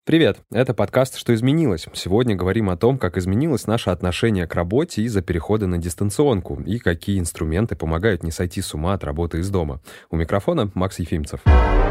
Привет, это подкаст «Что изменилось?». Сегодня говорим о том, как изменилось наше отношение к работе из-за перехода на дистанционку и какие инструменты помогают не сойти с ума от работы из дома. У микрофона Макс Ефимцев.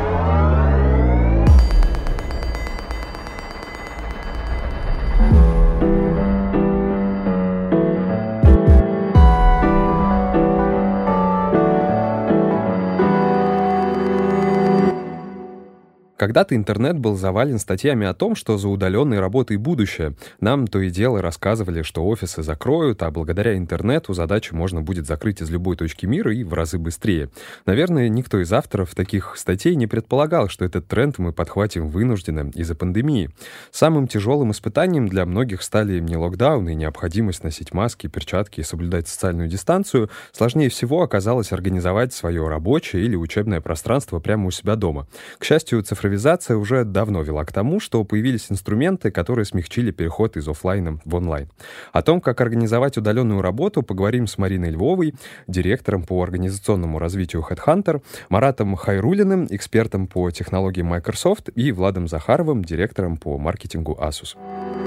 Когда-то интернет был завален статьями о том, что за удаленной работой будущее. Нам то и дело рассказывали, что офисы закроют, а благодаря интернету задачу можно будет закрыть из любой точки мира и в разы быстрее. Наверное, никто из авторов таких статей не предполагал, что этот тренд мы подхватим вынужденно из-за пандемии. Самым тяжелым испытанием для многих стали не локдаун и необходимость носить маски, перчатки и соблюдать социальную дистанцию. Сложнее всего оказалось организовать свое рабочее или учебное пространство прямо у себя дома. К счастью, цифровизация уже давно вела к тому, что появились инструменты, которые смягчили переход из офлайна в онлайн. О том, как организовать удаленную работу, поговорим с Мариной Львовой, директором по организационному развитию HeadHunter, Маратом Хайруллиным, экспертом по технологиям Microsoft, и Владом Захаровым, директором по маркетингу Asus.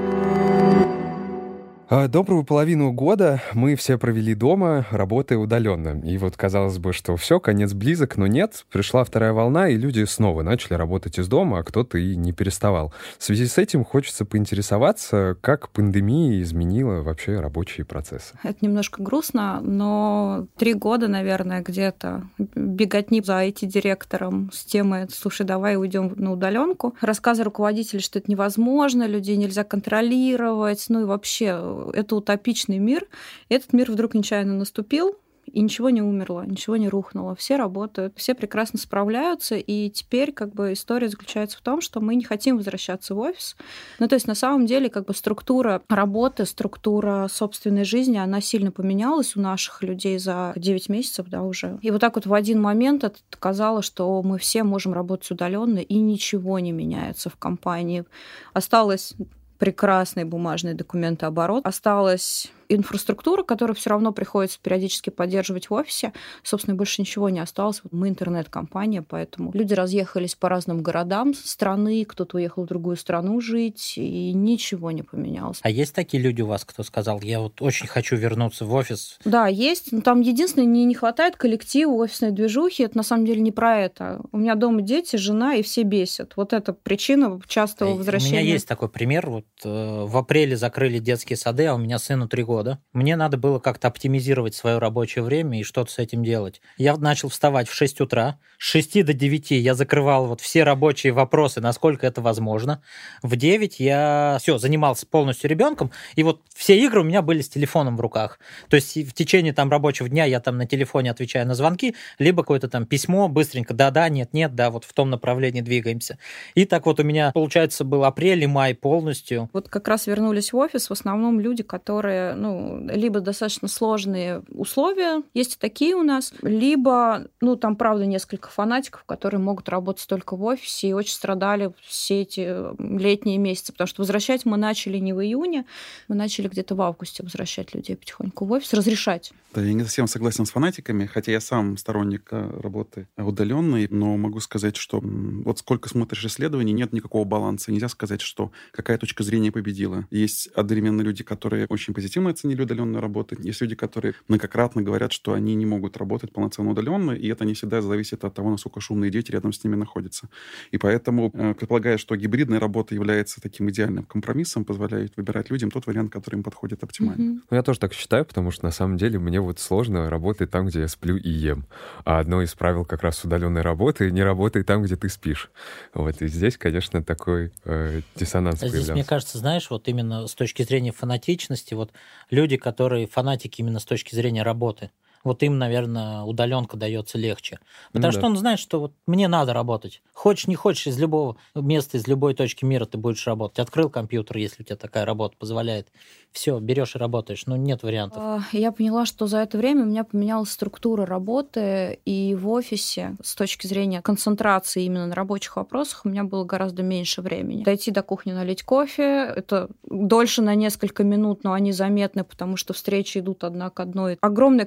Добрую половину года мы все провели дома, работая удаленно. И вот казалось бы, что все, конец близок, но нет. Пришла вторая волна, и люди снова начали работать из дома, а кто-то и не переставал. В связи с этим хочется поинтересоваться, как пандемия изменила вообще рабочие процессы. Это немножко грустно, но 3 года, наверное, где-то беготни за IT-директором с темой «Слушай, давай уйдем на удаленку». Рассказы руководителей, что это невозможно, людей нельзя контролировать, ну и вообще это утопичный мир. И этот мир вдруг нечаянно наступил, и ничего не умерло, ничего не рухнуло. Все работают, все прекрасно справляются, и теперь история заключается в том, что мы не хотим возвращаться в офис. Ну, то есть на самом деле структура работы, структура собственной жизни, она сильно поменялась у наших людей за 9 месяцев, уже. И вот так вот в один момент это казалось, что мы все можем работать удаленно, и ничего не меняется в компании. Осталось прекрасный бумажный документооборот. Осталась инфраструктура, которую все равно приходится периодически поддерживать в офисе. Собственно, больше ничего не осталось. Мы интернет-компания, поэтому люди разъехались по разным городам страны, кто-то уехал в другую страну жить, и ничего не поменялось. А есть такие люди у вас, кто сказал, я вот очень хочу вернуться в офис? Да, есть. Но там единственное, не хватает коллектива, офисной движухи. Это на самом деле не про это. У меня дома дети, жена, и все бесят. Вот это причина частого возвращения. У меня есть такой пример. Вот в апреле закрыли детские сады, а у меня сыну 3 года. Мне надо было как-то оптимизировать свое рабочее время и что-то с этим делать. Я начал вставать в 6 утра. С 6 до 9 я закрывал все рабочие вопросы, насколько это возможно. В 9 я занимался полностью ребенком, и вот все игры у меня были с телефоном в руках. То есть в течение рабочего дня я на телефоне отвечаю на звонки, либо какое-то письмо быстренько, да, нет, да, вот в том направлении двигаемся. И так вот у меня, получается, был апрель и май полностью. Вот как раз вернулись в офис в основном люди, которые, либо достаточно сложные условия, есть и такие у нас, либо, там, правда, несколько фанатиков, которые могут работать только в офисе и очень страдали все эти летние месяцы, потому что возвращать мы начали не в июне, мы начали где-то в августе возвращать людей потихоньку в офис, разрешать. Да, я не совсем согласен с фанатиками, хотя я сам сторонник работы удаленной, но могу сказать, что вот сколько смотришь исследований, нет никакого баланса. Нельзя сказать, что какая точка зрения победила. Есть одновременно люди, которые очень позитивно оценили удаленную работу, есть люди, которые многократно говорят, что они не могут работать полноценно удаленно, и это не всегда зависит от того, насколько шумные дети рядом с ними находятся. И поэтому предполагаю, что гибридная работа является таким идеальным компромиссом, позволяет выбирать людям тот вариант, который им подходит оптимально. Я тоже так считаю, потому что на самом деле мне сложно работать там, где я сплю и ем. А одно из правил как раз удаленной работы — не работай там, где ты спишь. И здесь, конечно, такой диссонанс появляется. Здесь, мне кажется, знаешь, именно с точки зрения фанатичности, люди, которые фанатики именно с точки зрения работы, им, наверное, удаленка дается легче. Потому что он знает, что мне надо работать. Хочешь, не хочешь, из любого места, из любой точки мира ты будешь работать. Открыл компьютер, если у тебя такая работа позволяет. Все, берешь и работаешь. Нет вариантов. Я поняла, что за это время у меня поменялась структура работы, и в офисе с точки зрения концентрации именно на рабочих вопросах у меня было гораздо меньше времени. Дойти до кухни, налить кофе, это дольше на несколько минут, но они заметны, потому что встречи идут одна к одной. Огромное количество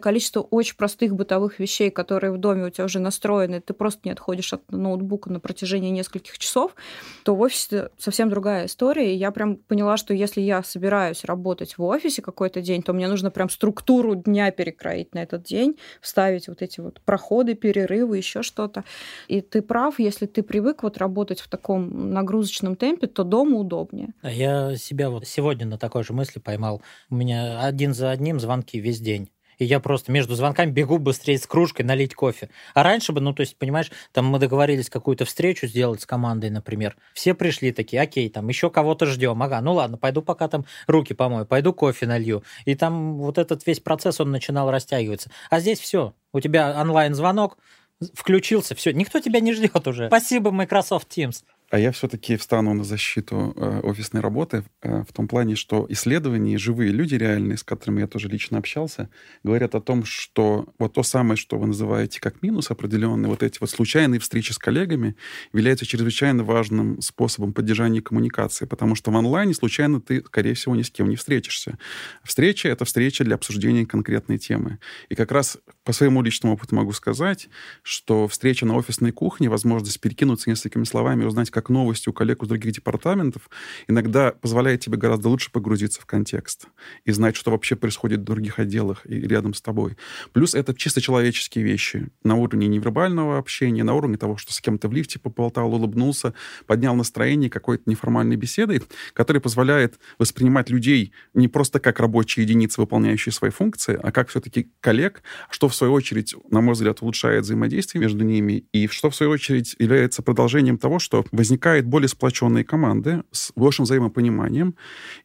очень простых бытовых вещей, которые в доме у тебя уже настроены, ты просто не отходишь от ноутбука на протяжении нескольких часов, то в офисе совсем другая история. И я прям поняла, что если я собираюсь работать в офисе какой-то день, то мне нужно прям структуру дня перекроить на этот день, вставить вот эти вот проходы, перерывы, еще что-то. И ты прав, если ты привык вот работать в таком нагрузочном темпе, то дома удобнее. Я себя вот сегодня на такой же мысли поймал. У меня один за одним звонки весь день. И я просто между звонками бегу быстрее с кружкой налить кофе. А раньше бы, то есть, понимаешь, там мы договорились какую-то встречу сделать с командой, например. Все пришли такие, окей, там еще кого-то ждем. Ага, ну ладно, пойду пока там руки помою, пойду кофе налью. И там вот этот весь процесс, он начинал растягиваться. А здесь все. У тебя онлайн-звонок, включился, все, никто тебя не ждет уже. Спасибо, Microsoft Teams. А я все-таки встану на защиту офисной работы в том плане, что исследования, живые люди реальные, с которыми я тоже лично общался, говорят о том, что вот то самое, что вы называете как минус определенный, вот эти вот случайные встречи с коллегами являются чрезвычайно важным способом поддержания коммуникации, потому что в онлайне случайно ты, скорее всего, ни с кем не встретишься. Встреча — это встреча для обсуждения конкретной темы. И как раз по своему личному опыту могу сказать, что встреча на офисной кухне, возможность перекинуться несколькими словами и узнать, как новости у коллег из других департаментов, иногда позволяет тебе гораздо лучше погрузиться в контекст и знать, что вообще происходит в других отделах и рядом с тобой. Плюс это чисто человеческие вещи на уровне невербального общения, на уровне того, что с кем-то в лифте поболтал, улыбнулся, поднял настроение какой-то неформальной беседой, который позволяет воспринимать людей не просто как рабочие единицы, выполняющие свои функции, а как все-таки коллег, что в свою очередь, на мой взгляд, улучшает взаимодействие между ними и что в свою очередь является продолжением того, что возникают более сплоченные команды с большим взаимопониманием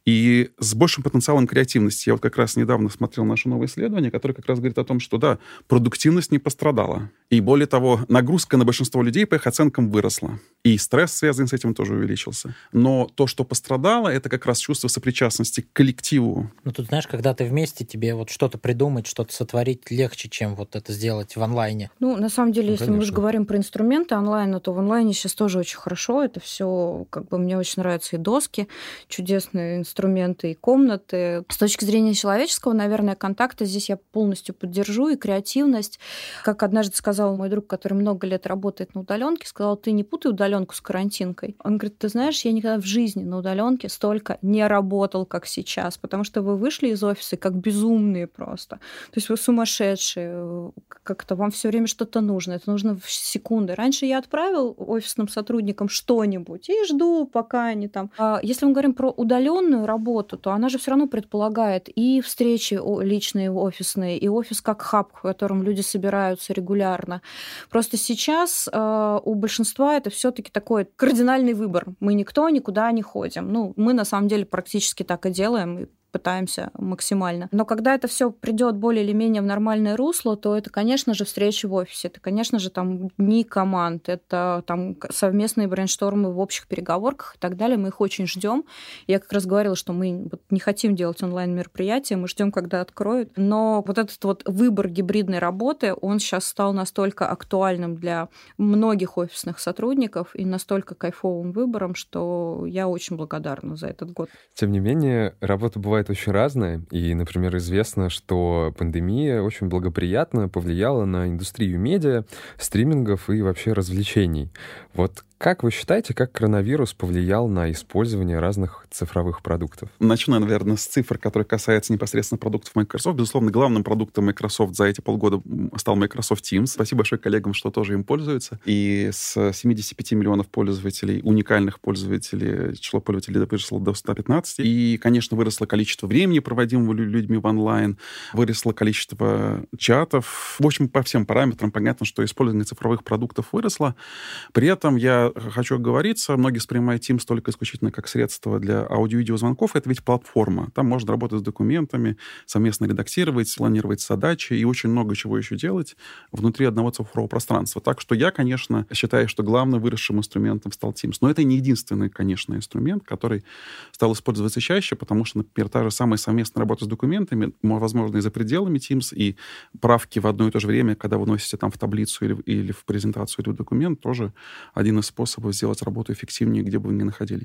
и с большим потенциалом креативности. Я вот как раз недавно смотрел наше новое исследование, которое как раз говорит о том, что да, продуктивность не пострадала. И более того, нагрузка на большинство людей по их оценкам выросла. И стресс, связанный с этим, тоже увеличился. Но то, что пострадало, это как раз чувство сопричастности к коллективу. Ну, тут, знаешь, когда ты вместе, тебе вот что-то придумать, что-то сотворить легче, чем вот это сделать в онлайне. Ну, на самом деле, если конечно. мы уже говорим про инструменты онлайна, то в онлайне сейчас тоже очень хорошо. Это все, как бы, мне очень нравятся и доски, чудесные инструменты, и комнаты. С точки зрения человеческого, наверное, контакта здесь я полностью поддержу, и креативность. Как однажды сказал мой друг, который много лет работает на удаленке, сказал: ты не путай удаленку с карантинкой. Он говорит: ты знаешь, я никогда в жизни на удаленке столько не работал, как сейчас, потому что вы вышли из офиса как безумные просто. То есть вы сумасшедшие, как-то вам все время что-то нужно, это нужно в секунды. Раньше я отправил офисным сотрудникам что-нибудь и жду, пока они там. Если мы говорим про удаленную работу, то она же все равно предполагает и встречи личные, офисные, и офис как хаб, в котором люди собираются регулярно. Просто сейчас у большинства это все-таки такой кардинальный выбор. Мы никто никуда не ходим. Ну, мы на самом деле практически так и делаем, и пытаемся максимально. Но когда это все придет более или менее в нормальное русло, то это, конечно же, встречи в офисе, это, конечно же, там дни команд, это там совместные брейнштормы в общих переговорках и так далее. Мы их очень ждем. Я как раз говорила, что мы вот не хотим делать онлайн-мероприятия, мы ждем, когда откроют. Но вот этот вот выбор гибридной работы, он сейчас стал настолько актуальным для многих офисных сотрудников и настолько кайфовым выбором, что я очень благодарна за этот год. Тем не менее, работа бывает очень разная, и, например, известно, что пандемия очень благоприятно повлияла на индустрию медиа, стримингов и вообще развлечений. Вот как вы считаете, как коронавирус повлиял на использование разных цифровых продуктов? Начну, наверное, с цифр, которые касаются непосредственно продуктов Microsoft. Безусловно, главным продуктом Microsoft за эти полгода стал Microsoft Teams. Спасибо большое коллегам, что тоже им пользуются. И с 75 миллионов пользователей, уникальных пользователей, число пользователей выросло до 115. И, конечно, выросло количество времени, проводимого людьми в онлайн, выросло количество чатов. В общем, по всем параметрам понятно, что использование цифровых продуктов выросло. При этом я хочу оговориться, многие воспринимают Teams только исключительно как средство для аудио-видеозвонков. Это ведь платформа. Там можно работать с документами, совместно редактировать, планировать задачи и очень много чего еще делать внутри одного цифрового пространства. Так что я, конечно, считаю, что главным выросшим инструментом стал Teams. Но это не единственный, конечно, инструмент, который стал использоваться чаще, потому что, например, та же самая совместная работа с документами, возможно, и за пределами Teams, и правки в одно и то же время, когда вы носите там в таблицу или в презентацию, или в документ, тоже один из способов сделать работу эффективнее, где бы вы ни находились.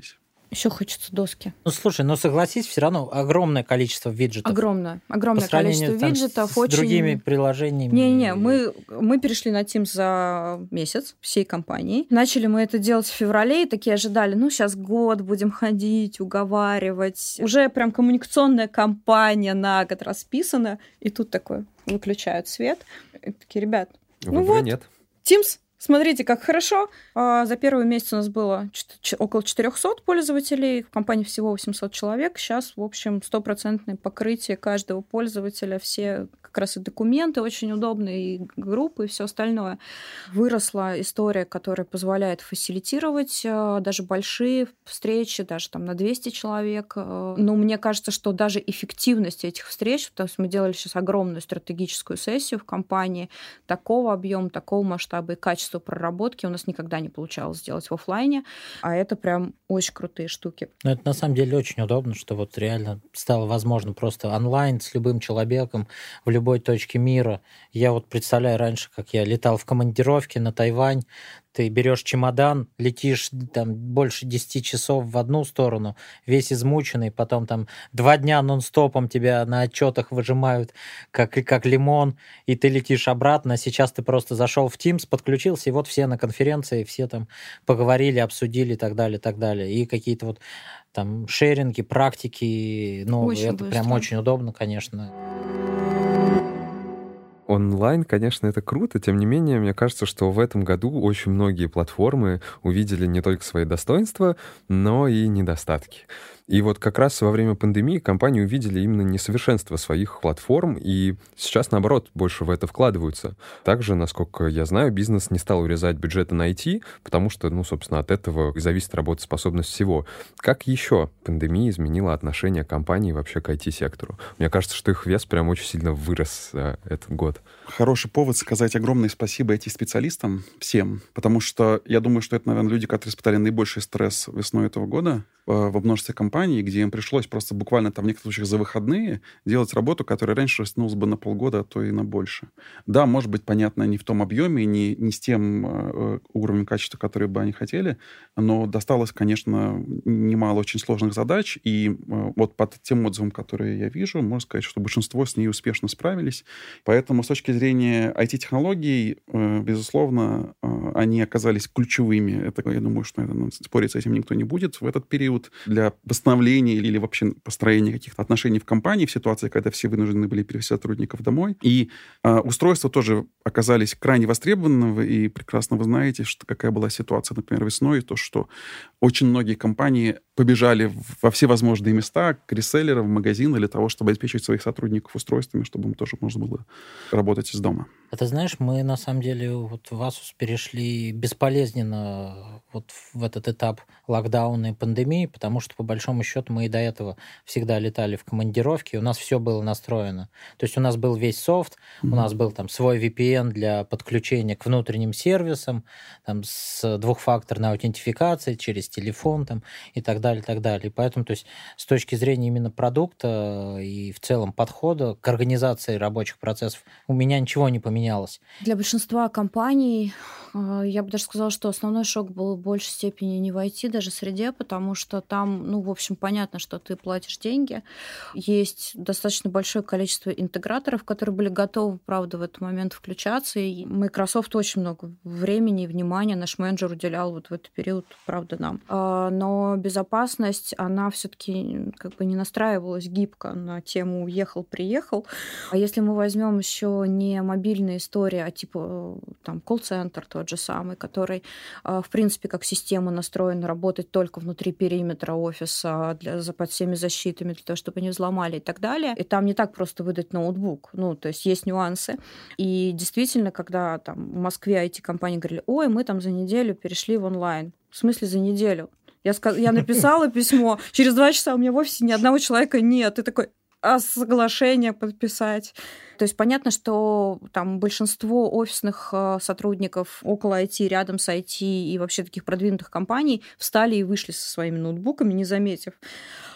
Еще хочется доски. Ну, слушай, но согласись, все равно огромное количество виджетов. Огромное По количество сравнению там виджетов. с другими приложениями. Не-не, мы перешли на Teams за месяц всей компанией. Начали мы это делать в феврале, и такие ожидали, сейчас год будем ходить, уговаривать. Уже прям коммуникационная кампания на год расписана, и тут такое, выключают свет. И такие, ребят, нет. Teams, смотрите, как хорошо. За первый месяц у нас было около 400 пользователей, в компании всего 800 человек. Сейчас, в общем, 100% покрытие каждого пользователя, все как раз и документы очень удобные, и группы, и все остальное. Выросла история, которая позволяет фасилитировать даже большие встречи, даже там на 200 человек. Но мне кажется, что даже эффективность этих встреч, то есть мы делали сейчас огромную стратегическую сессию в компании, такого объема, такого масштаба и качества проработки у нас никогда не получалось сделать в офлайне, а это прям очень крутые штуки. Но это на самом деле очень удобно, что вот реально стало возможно просто онлайн с любым человеком в любой точке мира. Я вот представляю раньше, как я летал в командировке на Тайвань, ты берешь чемодан, летишь там больше 10 часов в одну сторону, весь измученный, потом там 2 дня нон-стопом тебя на отчетах выжимают, как лимон, и ты летишь обратно. А сейчас ты просто зашел в Teams, подключился, и вот все на конференции, все там поговорили, обсудили и так далее, и так далее. И какие-то вот там шеринги, практики, Очень это быстро. прям очень удобно, конечно. Онлайн, конечно, это круто, тем не менее, мне кажется, что в этом году очень многие платформы увидели не только свои достоинства, но и недостатки. И вот как раз во время пандемии компании увидели именно несовершенство своих платформ, и сейчас, наоборот, больше в это вкладываются. Также, насколько я знаю, бизнес не стал урезать бюджеты на IT, потому что, собственно, от этого зависит работоспособность всего. Как еще пандемия изменила отношение компании вообще к IT-сектору? Мне кажется, что их вес прям очень сильно вырос за этот год. Хороший повод сказать огромное спасибо IT-специалистам всем, потому что я думаю, что это, наверное, люди, которые испытали наибольший стресс весной этого года во множестве компаний, где им пришлось просто буквально там в некоторых случаях за выходные делать работу, которая раньше растянулась бы на полгода, а то и на больше. Да, может быть, понятно, не в том объеме, не с тем уровнем качества, который бы они хотели, но досталось, конечно, немало очень сложных задач, и вот под тем отзывом, которые я вижу, можно сказать, что большинство с ней успешно справились. Поэтому с точки зрения IT-технологий, безусловно, они оказались ключевыми. Это, я думаю, что спорить с этим никто не будет в этот период для восстановления или вообще построения каких-то отношений в компании в ситуации, когда все вынуждены были перевести сотрудников домой. И устройства тоже оказались крайне востребованы, и прекрасно вы знаете, что какая была ситуация, например, весной, то, что очень многие компании побежали во все возможные места к реселлерам, в магазины для того, чтобы обеспечить своих сотрудников устройствами, чтобы им тоже можно было работать из дома. А ты знаешь, мы на самом деле вот в Asus перешли безболезненно вот в этот этап локдауна и пандемии, потому что, по большому счету, мы и до этого всегда летали в командировки, у нас все было настроено. То есть у нас был весь софт, у нас был там свой VPN для подключения к внутренним сервисам, там, с двухфакторной аутентификацией через телефон там, и так далее, и так далее. И поэтому, то есть, с точки зрения именно продукта и в целом подхода к организации рабочих процессов у меня ничего не поменялось. Для большинства компаний, я бы даже сказала, что основной шок был в большей степени не в IT, даже среде, потому что там, в общем, понятно, что ты платишь деньги. Есть достаточно большое количество интеграторов, которые были готовы, правда, в этот момент включаться. И Microsoft очень много времени и внимания наш менеджер уделял вот в этот период, правда, нам. Но безопасность, она все-таки как бы не настраивалась гибко на тему «уехал-приехал». А если мы возьмем еще не мобильные истории, а типа там колл-центр тот же самый, который, в принципе, как система настроена работать только внутри периметра офиса под всеми защитами для того, чтобы не взломали и так далее. И там не так просто выдать ноутбук. То есть есть нюансы. И действительно, когда там в Москве IT-компании говорили, ой, мы там за неделю перешли в онлайн. В смысле за неделю? Я написала письмо, через 2 часа у меня в офисе ни одного человека нет. И такой, а соглашение подписать. То есть понятно, что там большинство офисных сотрудников около IT, рядом с IT и вообще таких продвинутых компаний встали и вышли со своими ноутбуками, не заметив.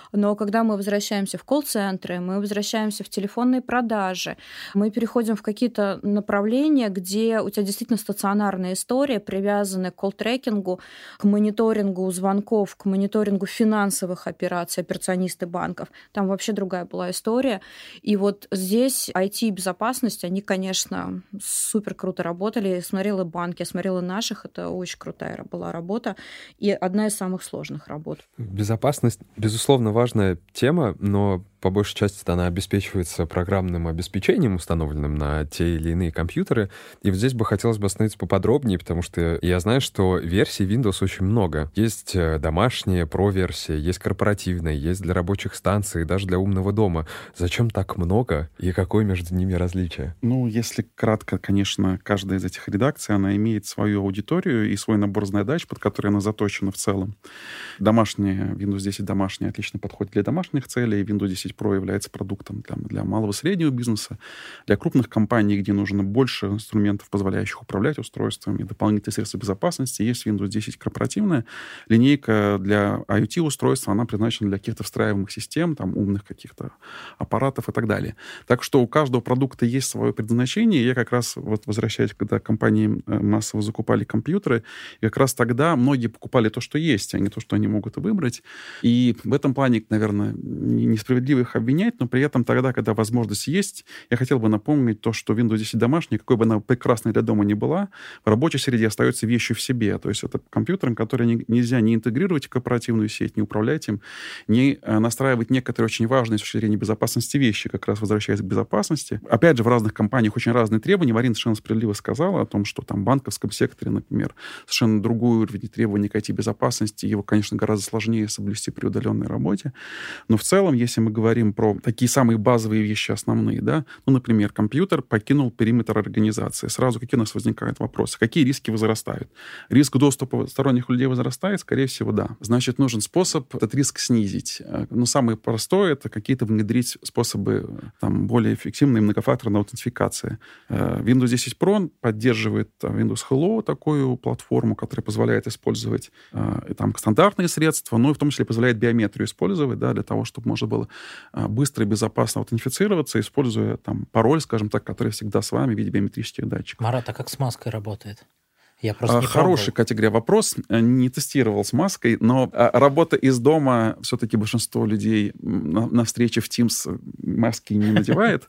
Но когда мы возвращаемся в колл-центры, мы возвращаемся в телефонные продажи, мы переходим в какие-то направления, где у тебя действительно стационарная история, привязанная к колл-трекингу, к мониторингу звонков, к мониторингу финансовых операций, операционисты банков. Там вообще другая была история. И вот здесь IT и безопасность, они, конечно, супер круто работали. Я смотрела банки, я смотрела наших. Это очень крутая была работа и одна из самых сложных работ. Безопасность, безусловно, важная тема, но по большей части она обеспечивается программным обеспечением, установленным на те или иные компьютеры. И вот здесь бы хотелось бы остановиться поподробнее, потому что я знаю, что версий Windows очень много. Есть домашняя Pro-версия, есть корпоративная, есть для рабочих станций, даже для умного дома. Зачем так много и какое между ними различие? Ну, если кратко, конечно, каждая из этих редакций, она имеет свою аудиторию и свой набор задач, под которые она заточена в целом. Домашняя, Windows 10 домашняя отлично подходит для домашних целей, Windows 10 Pro является продуктом для малого и среднего бизнеса, для крупных компаний, где нужно больше инструментов, позволяющих управлять устройствами, дополнительные средства безопасности. Есть Windows 10 корпоративная линейка для IoT-устройств, она предназначена для каких-то встраиваемых систем, там, умных каких-то аппаратов и так далее. Так что у каждого продукта есть свое предназначение. Я как раз, вот возвращаясь, когда компании массово закупали компьютеры, и как раз тогда многие покупали то, что есть, а не то, что они могут выбрать. И в этом плане, наверное, несправедливо их обвинять, но при этом тогда, когда возможность есть, я хотел бы напомнить то, что Windows 10 домашняя, какой бы она прекрасной для дома ни была, в рабочей среде остается вещью в себе. То есть это компьютером, который нельзя не интегрировать в корпоративную сеть, не управлять им, не настраивать некоторые очень важные с точки зрения безопасности вещи, как раз возвращаясь к безопасности. Опять же, в разных компаниях очень разные требования. Марина совершенно справедливо сказала о том, что там в банковском секторе, например, совершенно другой уровень требований к IT-безопасности. Его, конечно, гораздо сложнее соблюсти при удаленной работе. Но в целом, если мы говорим про такие самые базовые вещи, основные, да, ну, например, компьютер покинул периметр организации. Сразу какие у нас возникают вопросы? Какие риски возрастают? Риск доступа сторонних людей возрастает? Скорее всего, да. Значит, нужен способ этот риск снизить. Ну, самое простое — это какие-то внедрить способы там, более эффективной многофакторной аутентификации. Windows 10 Pro поддерживает Windows Hello, такую платформу, которая позволяет использовать там стандартные средства, но и в том числе позволяет биометрию использовать, да, для того, чтобы можно было быстро и безопасно аутентифицироваться, используя там пароль, скажем так, который всегда с вами в виде биометрических датчиков. Марат, а как с маской работает? Я просто не Хороший, категория вопрос. Не тестировал с маской, но работа из дома, все-таки большинство людей на встрече в Teams маски не надевает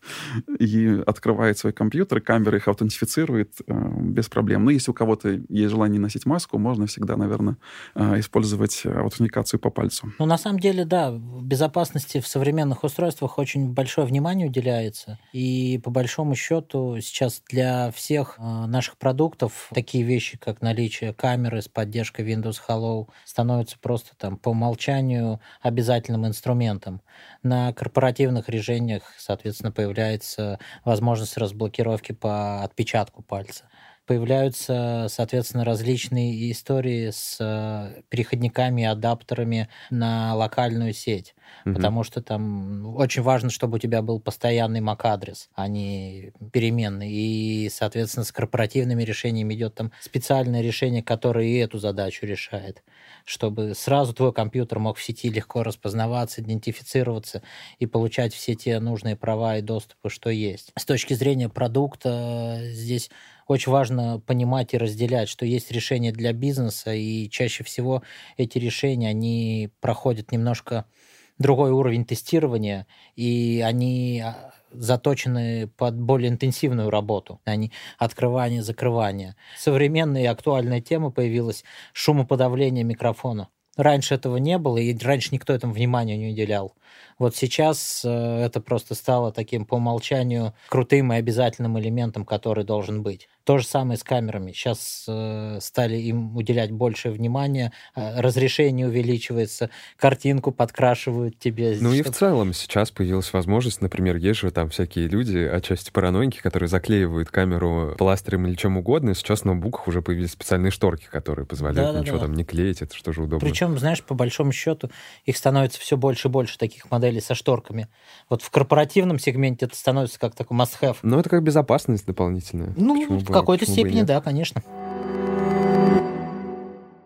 и открывает свой компьютер, камера их аутентифицирует без проблем. Но если у кого-то есть желание носить маску, можно всегда, наверное, использовать аутентификацию по пальцу. Ну, на самом деле, да, безопасности в современных устройствах очень большое внимание уделяется. И по большому счету сейчас для всех наших продуктов такие вещи, как наличие камеры с поддержкой Windows Hello, становятся просто там по умолчанию обязательным инструментом. На корпоративных решениях, соответственно, появляется возможность разблокировки по отпечатку пальца. Появляются, соответственно, различные истории с переходниками и адаптерами на локальную сеть. Потому что там очень важно, чтобы у тебя был постоянный MAC-адрес, а не переменный. И, соответственно, с корпоративными решениями идет там специальное решение, которое и эту задачу решает, чтобы сразу твой компьютер мог в сети легко распознаваться, идентифицироваться и получать все те нужные права и доступы, что есть. С точки зрения продукта здесь очень важно понимать и разделять, что есть решения для бизнеса, и чаще всего эти решения, они проходят немножко другой уровень тестирования, и они заточены под более интенсивную работу, а не открывание, закрывание. Современная и актуальная тема появилась — шумоподавление микрофона. Раньше этого не было, и раньше никто этому внимания не уделял. Вот сейчас это просто стало таким по умолчанию крутым и обязательным элементом, который должен быть. То же самое с камерами. Сейчас стали им уделять больше внимания, разрешение увеличивается, картинку подкрашивают тебе. Ну и в целом сейчас появилась возможность, например, есть же там всякие люди, отчасти параноики, которые заклеивают камеру пластырем или чем угодно, и сейчас на ноутбуках уже появились специальные шторки, которые позволяют ничего там не клеить, это что же удобно. Причем, знаешь, по большому счету их становится все больше и больше, таких моделей со шторками. Вот в корпоративном сегменте это становится как такой must-have. Ну это как безопасность дополнительная. Ну, в какой-то степени, да, конечно.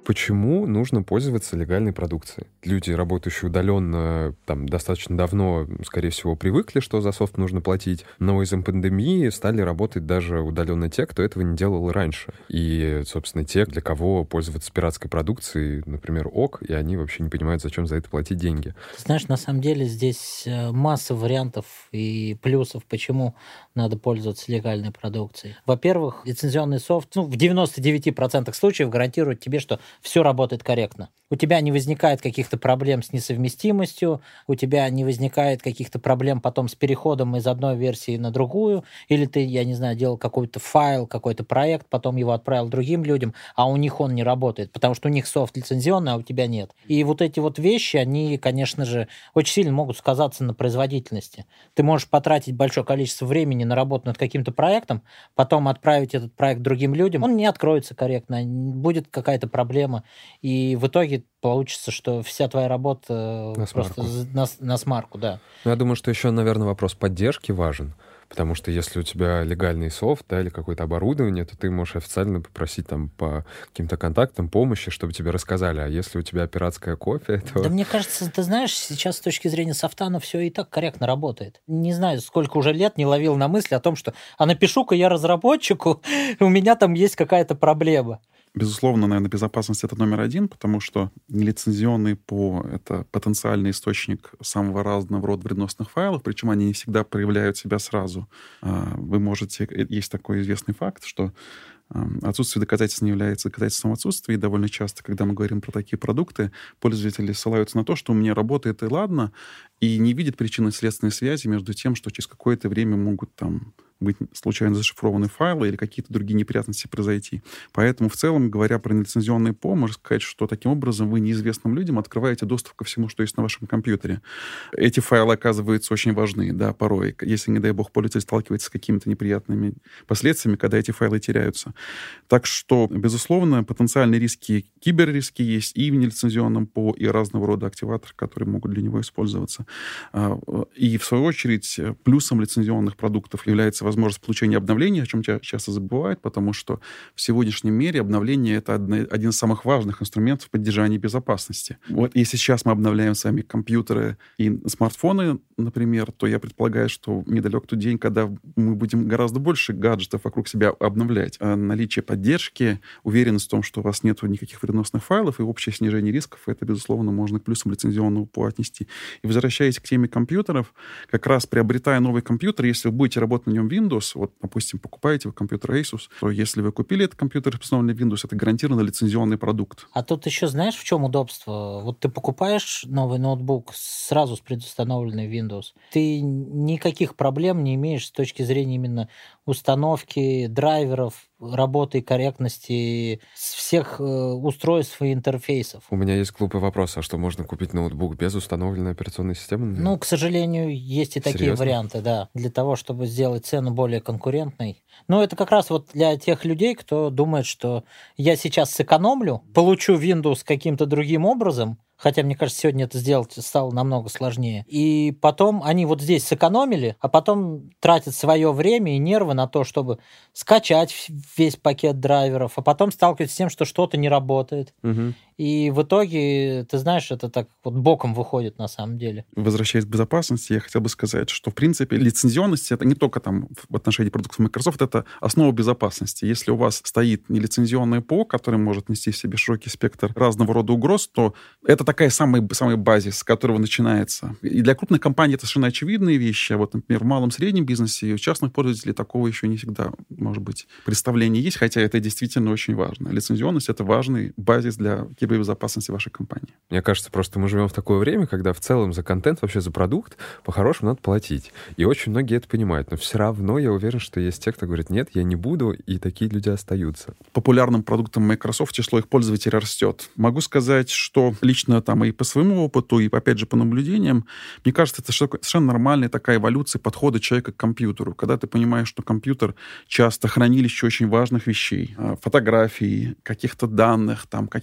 Почему нужно пользоваться легальной продукцией? Люди, работающие удаленно, там, достаточно давно, скорее всего, привыкли, что за софт нужно платить, но из-за пандемии стали работать даже удаленно те, кто этого не делал раньше. И, собственно, те, для кого пользоваться пиратской продукцией, например, ок, и они вообще не понимают, зачем за это платить деньги. Ты знаешь, на самом деле здесь масса вариантов и плюсов, почему надо пользоваться легальной продукцией. Во-первых, лицензионный софт в 99% случаев гарантирует тебе, что все работает корректно. У тебя не возникает каких-то проблем с несовместимостью, у тебя не возникает каких-то проблем потом с переходом из одной версии на другую, или ты, я не знаю, делал какой-то файл, какой-то проект, потом его отправил другим людям, а у них он не работает, потому что у них софт лицензионный, а у тебя нет. И вот эти вот вещи, они, конечно же, очень сильно могут сказаться на производительности. Ты можешь потратить большое количество времени на работу над каким-то проектом, потом отправить этот проект другим людям, он не откроется корректно, будет какая-то проблема, и в итоге получится, что вся твоя работа просто на смарку, да. Я думаю, что еще, наверное, вопрос поддержки важен. Потому что если у тебя легальный софт, да, или какое-то оборудование, то ты можешь официально попросить там по каким-то контактам помощи, чтобы тебе рассказали. А если у тебя пиратская копия, то... Да мне кажется, ты знаешь, сейчас с точки зрения софта, оно все и так корректно работает. Не знаю, сколько уже лет не ловил на мысли о том, что напишу-ка я разработчику, у меня там есть какая-то проблема. Безусловно, наверное, безопасность — это номер один, потому что нелицензионный ПО — это потенциальный источник самого разного рода вредоносных файлов, причем они не всегда проявляют себя сразу. Вы можете... Есть такой известный факт, что отсутствие доказательств не является доказательством отсутствия, и довольно часто, когда мы говорим про такие продукты, пользователи ссылаются на то, что у меня работает и ладно, и не видят причинно-следственной связи между тем, что через какое-то время могут там быть случайно зашифрованы файлы или какие-то другие неприятности произойти. Поэтому, в целом, говоря про нелицензионный ПО, можно сказать, что таким образом вы неизвестным людям открываете доступ ко всему, что есть на вашем компьютере. Эти файлы, оказываются, очень важны, да, порой, если, не дай бог, пользователь сталкивается с какими-то неприятными последствиями, когда эти файлы теряются. Так что, безусловно, потенциальные риски, киберриски есть и в нелицензионном ПО, и разного рода активаторы, которые могут для него использоваться. И, в свою очередь, плюсом лицензионных продуктов является возможность получения обновлений, о чем часто забывают, потому что в сегодняшнем мире обновление — это один из самых важных инструментов поддержания безопасности. Вот если сейчас мы обновляем с вами компьютеры и смартфоны, например, то я предполагаю, что недалек тот день, когда мы будем гораздо больше гаджетов вокруг себя обновлять. А наличие поддержки, уверенность в том, что у вас нет никаких вредоносных файлов и общее снижение рисков, это, безусловно, можно к плюсам лицензионного ПО отнести. И возвращаясь к теме компьютеров, как раз приобретая новый компьютер, если вы будете работать на нем Windows, вот, допустим, покупаете вы компьютер Asus, то если вы купили этот компьютер, установленный Windows, это гарантированно лицензионный продукт. А тут еще знаешь, в чем удобство? Вот ты покупаешь новый ноутбук сразу с предустановленной Windows, ты никаких проблем не имеешь с точки зрения именно установки драйверов, работы и корректности всех устройств и интерфейсов. У меня есть глупый вопрос. А что, можно купить ноутбук без установленной операционной системы? Ну, к сожалению, есть и такие варианты, да, для того, чтобы сделать цену более конкурентной. Но это как раз вот для тех людей, кто думает, что я сейчас сэкономлю, получу Windows каким-то другим образом, хотя, мне кажется, сегодня это сделать стало намного сложнее. И потом они вот здесь сэкономили, а потом тратят свое время и нервы на то, чтобы скачать весь пакет драйверов, а потом сталкиваются с тем, что что-то не работает. Угу. И в итоге, ты знаешь, это так вот боком выходит на самом деле. Возвращаясь к безопасности, я хотел бы сказать, что, в принципе, лицензионность — это не только там в отношении продуктов Microsoft, это основа безопасности. Если у вас стоит нелицензионное ПО, который может нести в себе широкий спектр разного рода угроз, то это такая самый базис, с которого начинается. И для крупных компаний это совершенно очевидные вещи. А вот, например, в малом-среднем бизнесе и у частных пользователей такого еще не всегда, может быть, представление есть, хотя это действительно очень важно. Лицензионность — это важный базис для кибербезопасности вашей компании. Мне кажется, просто мы живем в такое время, когда в целом за контент, вообще за продукт, по-хорошему надо платить. И очень многие это понимают. Но все равно я уверен, что есть те, кто говорит, нет, я не буду, и такие люди остаются. Популярным продуктом Microsoft число их пользователей растет. Могу сказать, что лично там и по своему опыту, и, опять же, по наблюдениям, мне кажется, это совершенно нормальная такая эволюция подхода человека к компьютеру. Когда ты понимаешь, что компьютер часто хранилище очень важных вещей, фотографий, каких-то данных, там, каких-то документов,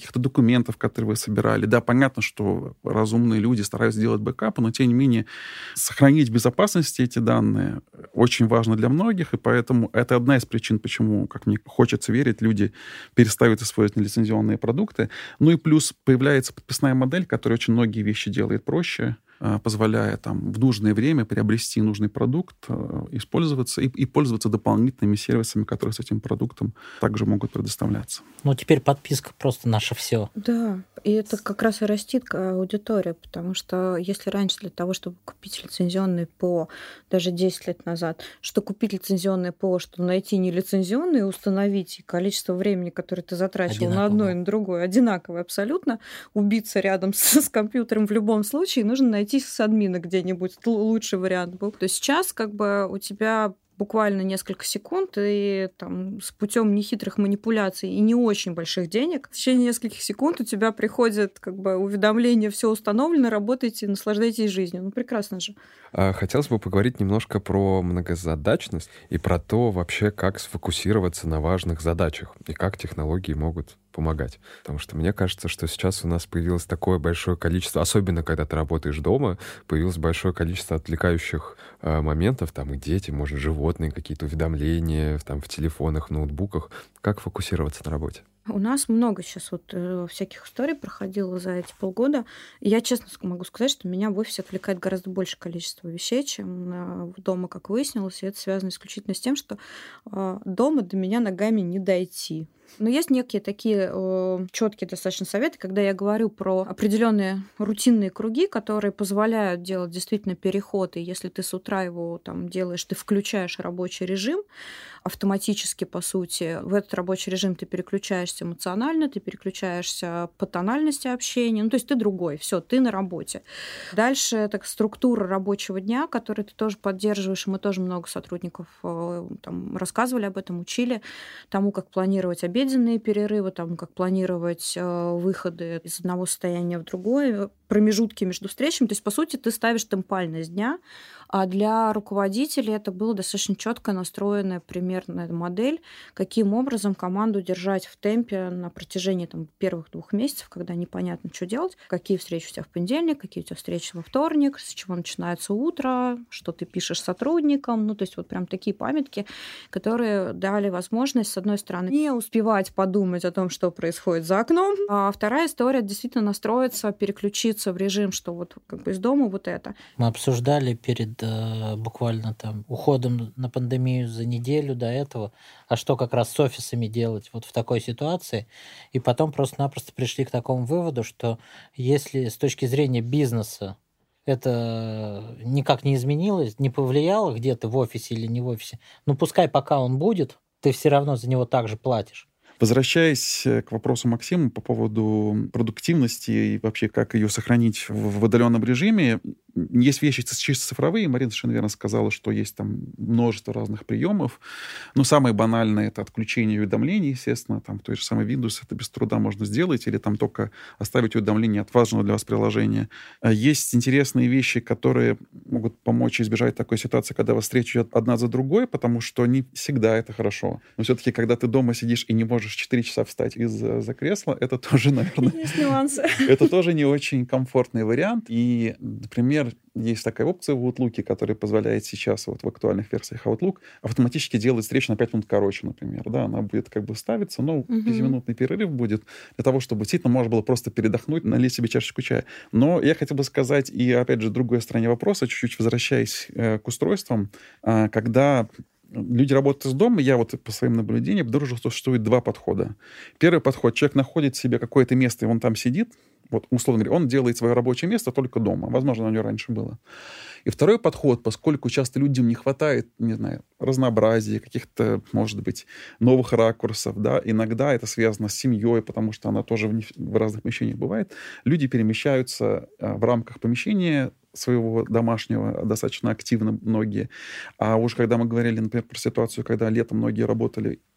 документов, которые вы собирали. Да, понятно, что разумные люди стараются делать бэкапы, но, тем не менее, сохранить в безопасности эти данные очень важно для многих, и поэтому это одна из причин, почему, как мне хочется верить, люди перестают использовать нелицензионные продукты. Ну и плюс появляется подписная модель, которая очень многие вещи делает проще, позволяя там в нужное время приобрести нужный продукт, использоваться и пользоваться дополнительными сервисами, которые с этим продуктом также могут предоставляться. Ну, теперь подписка просто наше все. Да, и это как раз и растит аудитория, потому что если раньше для того, чтобы купить лицензионный ПО, даже 10 лет назад, что купить лицензионное ПО, что найти нелицензионное и установить, и количество времени, которое ты затрачивал на одно и на другое, одинаковое абсолютно, убиться рядом с компьютером в любом случае, нужно найти с админа где-нибудь, лучший вариант был. То сейчас как бы у тебя буквально несколько секунд, и там с путем нехитрых манипуляций и не очень больших денег, в течение нескольких секунд у тебя приходит как бы уведомление, все установлено, работайте, наслаждайтесь жизнью. Ну, прекрасно же. Хотелось бы поговорить немножко про многозадачность и про то вообще, как сфокусироваться на важных задачах и как технологии могут помогать. Потому что мне кажется, что сейчас у нас появилось такое большое количество, особенно когда ты работаешь дома, появилось большое количество отвлекающих моментов, там и дети, может, животные, какие-то уведомления там в телефонах, в ноутбуках. Как фокусироваться на работе? У нас много сейчас вот всяких историй проходило за эти полгода. И я честно могу сказать, что меня в офисе отвлекает гораздо больше количество вещей, чем дома, как выяснилось. И это связано исключительно с тем, что дома до меня ногами не дойти. Но есть некие такие четкие достаточно советы, когда я говорю про определенные рутинные круги, которые позволяют делать действительно переход. И если ты с утра его там делаешь, ты включаешь рабочий режим автоматически, по сути. В этот рабочий режим ты переключаешься эмоционально, ты переключаешься по тональности общения. Ну, то есть ты другой, все, ты на работе. Дальше это структура рабочего дня, которую ты тоже поддерживаешь. Мы тоже много сотрудников там рассказывали об этом, учили тому, как планировать обеденные перерывы, тому, как планировать выходы из одного состояния в другое, промежутки между встречами. То есть, по сути, ты ставишь темпальность дня, а для руководителей это была достаточно четко настроенная примерная модель, каким образом команду держать в темпе на протяжении там, первых 2 месяцев, когда непонятно, что делать, какие встречи у тебя в понедельник, какие у тебя встречи во вторник, с чего начинается утро, что ты пишешь сотрудникам. Ну, то есть вот прям такие памятки, которые дали возможность, с одной стороны, не успевать подумать о том, что происходит за окном, а вторая история действительно настроиться, переключиться в режим, что вот как бы из дома вот это. Мы обсуждали перед буквально там уходом на пандемию за неделю до этого, а что как раз с офисами делать вот в такой ситуации. И потом просто-напросто пришли к такому выводу, что если с точки зрения бизнеса это никак не изменилось, не повлияло где-то в офисе или не в офисе, ну пускай пока он будет, ты все равно за него также платишь. Возвращаясь к вопросу Максима по поводу продуктивности и вообще как ее сохранить в удаленном режиме, есть вещи чисто цифровые. Марина совершенно верно сказала, что есть там множество разных приемов. Но самое банальное — это отключение уведомлений, естественно. Там в той же самой Windows это без труда можно сделать, или там только оставить уведомление от важного для вас приложения. Есть интересные вещи, которые могут помочь избежать такой ситуации, когда вас встречи одна за другой, потому что не всегда это хорошо. Но все-таки, когда ты дома сидишь и не можешь 4 часа встать из-за кресла, это тоже, наверное... Есть нюансы. Это тоже не очень комфортный вариант. И, например, есть такая опция в Outlook, которая позволяет сейчас вот в актуальных версиях Outlook автоматически делать встречу на 5 минут короче, например. Да, она будет как бы ставиться, но 5-минутный перерыв будет для того, чтобы действительно можно было просто передохнуть, налить себе чашечку чая. Но я хотел бы сказать, и опять же, другой стороне вопроса, чуть-чуть возвращаясь к устройствам, когда люди работают из дома, я вот по своим наблюдениям обнаружил, что существует 2 подхода. Первый подход: человек находит себе какое-то место, и он там сидит, вот, условно говоря, он делает свое рабочее место только дома. Возможно, у него раньше было. И второй подход, поскольку часто людям не хватает, не знаю, разнообразия, каких-то, может быть, новых ракурсов, да, иногда это связано с семьей, потому что она тоже в разных помещениях бывает, люди перемещаются в рамках помещения своего домашнего достаточно активно многие. А уж когда мы говорили, например, про ситуацию, когда летом многие работали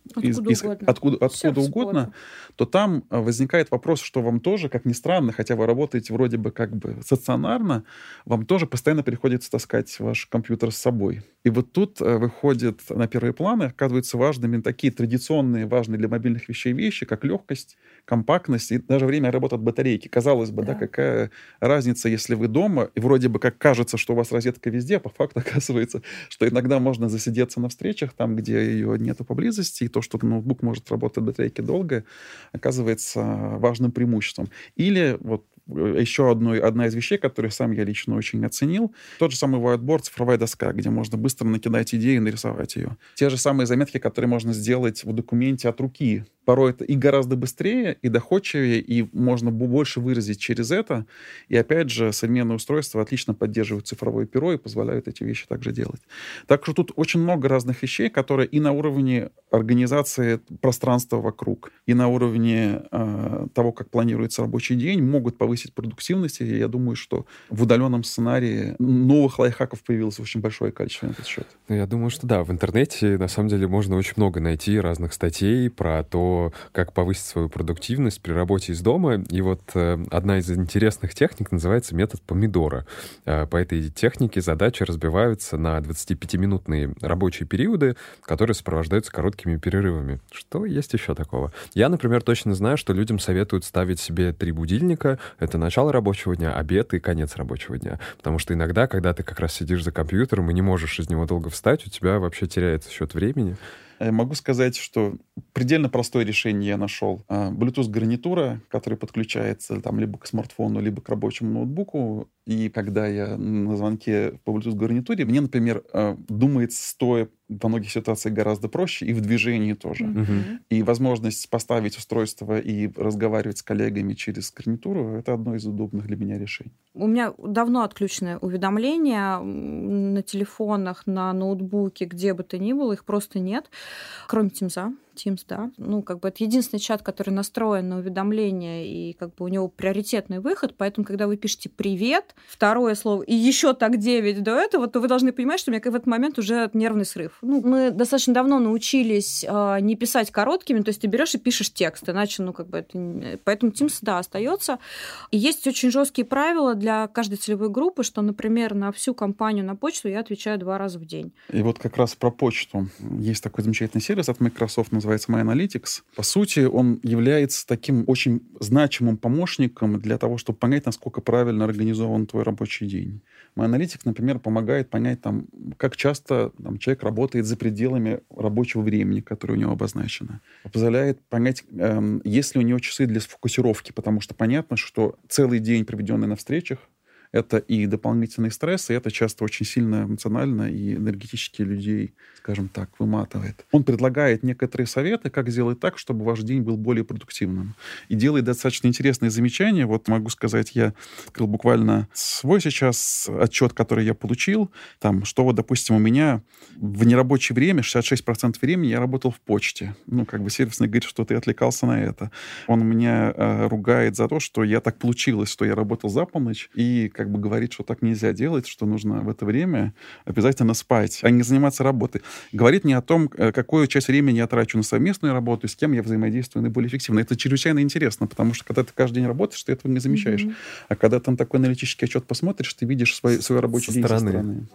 откуда угодно, то там возникает вопрос, что вам тоже, как ни странно, хотя вы работаете вроде бы как бы стационарно, вам тоже постоянно приходится таскать ваш компьютер с собой. И вот тут выходят на первый план, и оказываются важными такие традиционные, важные для мобильных вещей вещи, как легкость, компактность и даже время работы от батарейки. Казалось бы, да, какая разница, если вы дома, и вроде бы как кажется, что у вас розетка везде, а по факту оказывается, что иногда можно засидеться на встречах, там, где ее нету поблизости, и то, что ноутбук может работать от батарейки долго, оказывается важным преимуществом. Или вот еще одна из вещей, которые сам я лично очень оценил, тот же самый whiteboard, цифровая доска, где можно быстро накидать идею и нарисовать ее. Те же самые заметки, которые можно сделать в документе от руки. Порой это и гораздо быстрее, и доходчивее, и можно больше выразить через это. И опять же, современные устройства отлично поддерживают цифровое перо и позволяют эти вещи также делать. Так что тут очень много разных вещей, которые и на уровне организации пространства вокруг, и на уровне того, как планируется рабочий день, могут повысить продуктивность. И я думаю, что в удаленном сценарии новых лайфхаков появилось очень большое количество на этот счет. Я думаю, что да, в интернете на самом деле можно очень много найти разных статей про то, как повысить свою продуктивность при работе из дома. И вот одна из интересных техник называется метод помидора. По этой технике задачи разбиваются на 25-минутные рабочие периоды, которые сопровождаются короткими перерывами. Что есть еще такого? Я, например, точно знаю, что людям советуют ставить себе 3 будильника. Это начало рабочего дня, обед и конец рабочего дня. Потому что иногда, когда ты как раз сидишь за компьютером и не можешь из него долго встать, у тебя вообще теряется счет времени. Могу сказать, что предельно простое решение я нашел. Bluetooth-гарнитура, которая подключается там, либо к смартфону, либо к рабочему ноутбуку. И когда я на звонке по Bluetooth-гарнитуре, мне, например, думается стоя во многих ситуациях гораздо проще, и в движении тоже. И возможность поставить устройство и разговаривать с коллегами через гарнитуру — это одно из удобных для меня решений. У меня давно отключены уведомления на телефонах, на ноутбуке, где бы то ни было, их просто нет, кроме Teams, да. Ну, как бы это единственный чат, который настроен на уведомления, и как бы у него приоритетный выход, поэтому, когда вы пишете «привет», второе слово, и еще так 9 до этого, то вы должны понимать, что у меня в этот момент уже нервный срыв. Ну, мы достаточно давно научились не писать короткими, то есть ты берешь и пишешь текст, иначе, ну, как бы это... Поэтому Teams, да, остается. И есть очень жесткие правила для каждой целевой группы, что, например, на всю компанию на почту я отвечаю 2 раза в день. И вот как раз про почту. Есть такой замечательный сервис от Microsoft, называется MyAnalytics. По сути, он является таким очень значимым помощником для того, чтобы понять, насколько правильно организован твой рабочий день. MyAnalytics, например, помогает понять, там, как часто человек работает за пределами рабочего времени, которое у него обозначено. Позволяет понять, есть ли у него часы для сфокусировки, потому что понятно, что целый день, проведенный на встречах, это и дополнительный стресс, и это часто очень сильно эмоционально и энергетически людей, скажем так, выматывает. Он предлагает некоторые советы, как сделать так, чтобы ваш день был более продуктивным. И делает достаточно интересные замечания. Вот могу сказать, я открыл буквально свой сейчас отчет, который я получил, там, что вот, допустим, у меня в нерабочее время, 66% времени я работал в почте. Ну, как бы сервисный говорит, что ты отвлекался на это. Он меня ругает за то, что я так получилось, что я работал за полночь, и как бы говорит, что так нельзя делать, что нужно в это время обязательно спать, а не заниматься работой. Говорит мне о том, какую часть времени я трачу на совместную работу, и с кем я взаимодействую наиболее эффективно. Это чрезвычайно интересно, потому что когда ты каждый день работаешь, ты этого не замечаешь. А когда ты на такой аналитический отчет посмотришь, ты видишь свой рабочий день со стороны.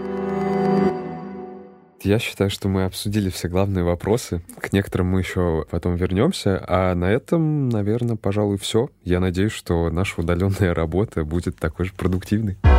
Я считаю, что мы обсудили все главные вопросы. К некоторым мы еще потом вернемся. А на этом, наверное, пожалуй, все. Я надеюсь, что наша удаленная работа будет такой же продуктивной.